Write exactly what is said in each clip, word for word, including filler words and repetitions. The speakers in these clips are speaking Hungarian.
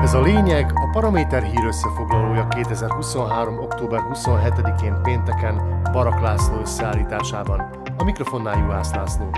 Ez a lényeg, a Paraméter hír összefoglalója kétezer-huszonhárom. október huszonhetedikén pénteken Barak László összeállításában. A mikrofonnál Juhász László.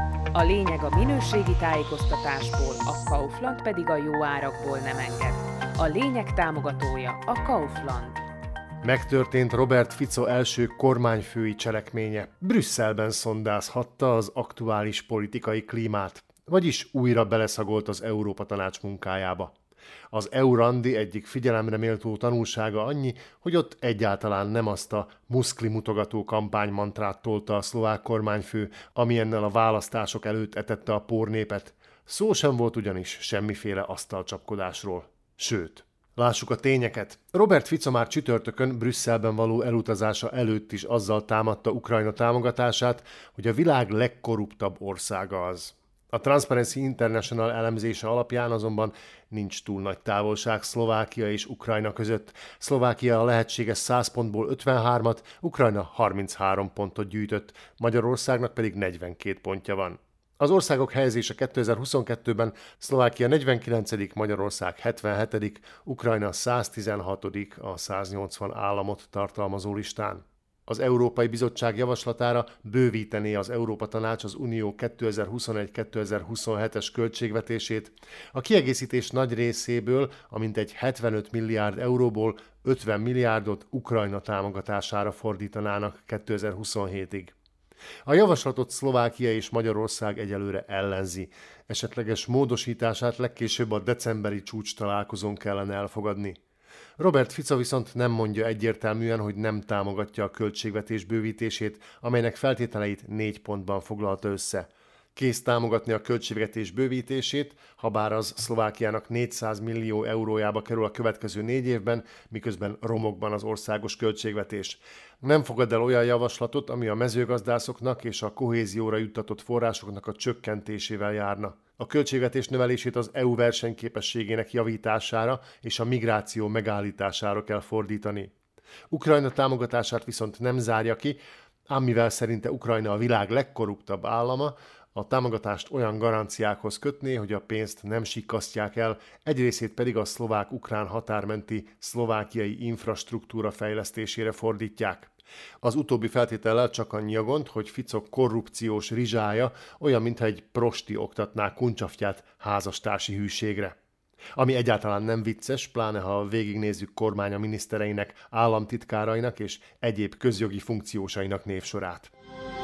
A lényeg a minőségi tájékoztatásból, a Kaufland pedig a jó árakból nem enged. A lényeg támogatója a Kaufland. Megtörtént Robert Fico első kormányfői cselekménye. Brüsszelben szondázhatta az aktuális politikai klímát, vagyis újra beleszagolt az Európa Tanács munkájába. Az é u-randi egyik figyelemre méltó tanulsága annyi, hogy ott egyáltalán nem azt a muszklimutogató kampánymantrát tolta a szlovák kormányfő, amilyennel a választások előtt etette a pornépet. Szó sem volt ugyanis semmiféle asztalcsapkodásról. Sőt, lássuk a tényeket. Robert Fico már csütörtökön Brüsszelben való elutazása előtt is azzal támadta Ukrajna támogatását, hogy a világ legkorruptabb országa az. A Transparency International elemzése alapján azonban nincs túl nagy távolság Szlovákia és Ukrajna között. Szlovákia a lehetséges száz pontból ötvenhármat, Ukrajna harminchárom pontot gyűjtött, Magyarországnak pedig negyvenkét pontja van. Az országok helyezése kétezer-huszonkettőben Szlovákia negyvenkilencedik, Magyarország hetvenhetedik, Ukrajna száztizenhatodik a száznyolcvan államot tartalmazó listán. Az Európai Bizottság javaslatára bővítené az Európa Tanács az Unió kétezer-huszonegy kétezer-huszonhetes költségvetését. A kiegészítés nagy részéből, amintegy hetvenöt milliárd euróból ötven milliárdot Ukrajna támogatására fordítanának kétezer-huszonhétig. A javaslatot Szlovákia és Magyarország egyelőre ellenzi. Esetleges módosítását legkésőbb a decemberi csúcs találkozón kellene elfogadni. Robert Fico viszont nem mondja egyértelműen, hogy nem támogatja a költségvetés bővítését, amelynek feltételeit négy pontban foglalta össze. Kész támogatni a költségvetés bővítését, habár az Szlovákiának négyszáz millió eurójába kerül a következő négy évben, miközben romokban az országos költségvetés. Nem fogad el olyan javaslatot, ami a mezőgazdászoknak és a kohézióra juttatott forrásoknak a csökkentésével járna. A költségvetés növelését az é u versenyképességének javítására és a migráció megállítására kell fordítani. Ukrajna támogatását viszont nem zárja ki, ám mivel szerinte Ukrajna a világ legkorruptabb állama, a támogatást olyan garanciákhoz kötné, hogy a pénzt nem sikkasztják el, egy részét pedig a szlovák-ukrán határmenti szlovákiai infrastruktúra fejlesztésére fordítják. Az utóbbi feltétellel csak annyi a gond, hogy Fico korrupciós rizsája olyan, mintha egy prosti oktatná kuncsaftját házastársi hűségre. Ami egyáltalán nem vicces, pláne ha végignézzük kormánya minisztereinek, államtitkárainak és egyéb közjogi funkciósainak névsorát.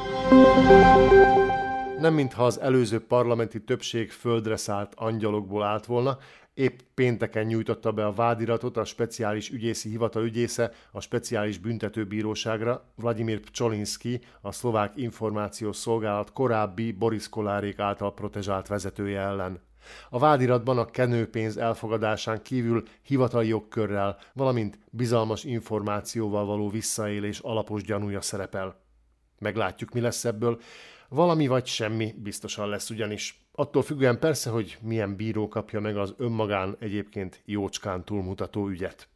Nem mintha az előző parlamenti többség földre szállt angyalokból állt volna, épp pénteken nyújtotta be a vádiratot a speciális ügyészi hivatal ügyésze a speciális büntetőbíróságra Vladimír Pcsolinszky, a szlovák információs szolgálat korábbi Boris Kolárék által protezsált vezetője ellen. A vádiratban a kenőpénz elfogadásán kívül hivatali jogkörrel, valamint bizalmas információval való visszaélés alapos gyanúja szerepel. Meglátjuk, mi lesz ebből. Valami vagy semmi biztosan lesz ugyanis. Attól függően persze, hogy milyen bíró kapja meg az önmagán egyébként jócskán túlmutató ügyet.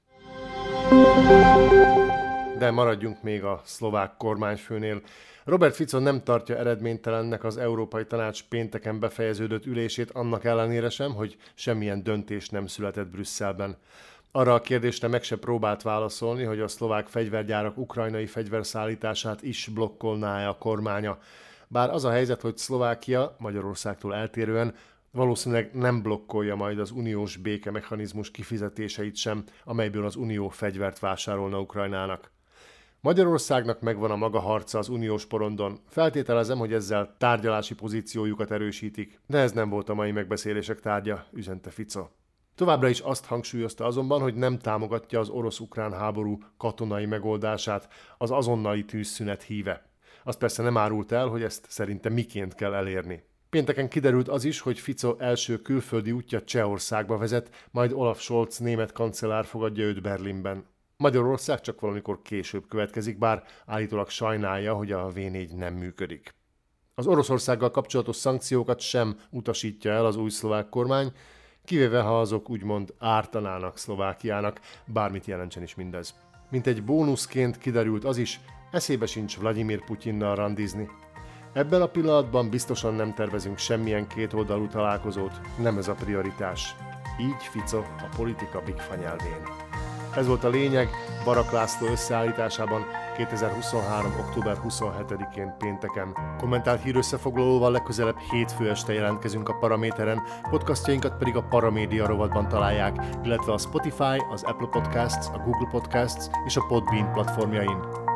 De maradjunk még a szlovák kormányfőnél. Robert Fico nem tartja eredménytelennek az Európai Tanács pénteken befejeződött ülését, annak ellenére sem, hogy semmilyen döntés nem született Brüsszelben. Arra a kérdésre meg se próbált válaszolni, hogy a szlovák fegyvergyárak ukrajnai fegyverszállítását is blokkolná-e a kormánya. Bár az a helyzet, hogy Szlovákia, Magyarországtól eltérően, valószínűleg nem blokkolja majd az uniós békemechanizmus kifizetéseit sem, amelyből az unió fegyvert vásárolna Ukrajnának. Magyarországnak megvan a maga harca az uniós porondon. Feltételezem, hogy ezzel tárgyalási pozíciójukat erősítik, de ez nem volt a mai megbeszélések tárgya, üzente Fico. Továbbra is azt hangsúlyozta azonban, hogy nem támogatja az orosz-ukrán háború katonai megoldását, az azonnali tűzszünet híve. Azt persze nem árult el, hogy ezt szerinte miként kell elérni. Pénteken kiderült az is, hogy Fico első külföldi útja Csehországba vezet, majd Olaf Scholz német kancellár fogadja őt Berlinben. Magyarország csak valamikor később következik, bár állítólag sajnálja, hogy a vé négy nem működik. Az Oroszországgal kapcsolatos szankciókat sem utasítja el az új szlovák kormány, kivéve ha azok úgymond ártanának Szlovákiának, bármit jelentsen is mindez. Mint egy bónuszként kiderült az is, eszébe sincs Vladimir Putyinnal randizni. Ebben a pillanatban biztosan nem tervezünk semmilyen kétoldalú találkozót, nem ez a prioritás. így Fico a politika bigfa nyelvén. Ez volt a lényeg Barak László összeállításában kétezer-huszonhárom. október huszonhetedikén pénteken. Kommentált hírösszefoglalóval legközelebb hétfő este jelentkezünk a Paraméteren, podcastjainkat pedig a Paramédia rovatban találják, illetve a Spotify, az Apple Podcasts, a Google Podcasts és a Podbean platformjain.